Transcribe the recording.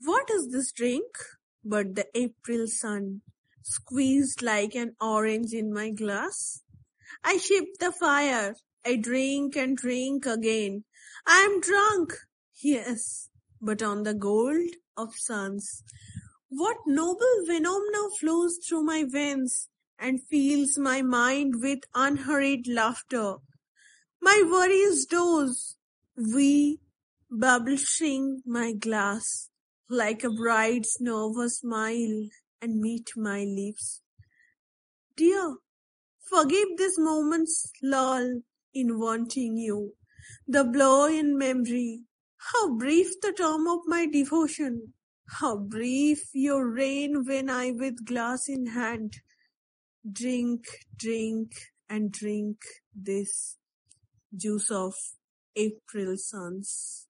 What is this drink but the April sun, squeezed like an orange in my glass? I ship the fire, I drink and drink again. I am drunk, yes, but on the gold of suns. What noble venom now flows through my veins and fills my mind with unhurried laughter. My worries doze, we publishing my glass, like a bride's nervous smile, and meet my lips. Dear, forgive this moment's lull in wanting you, the blur in memory. How brief the term of my devotion, how brief your reign when I with glass in hand drink, drink, and drink this juice of April suns.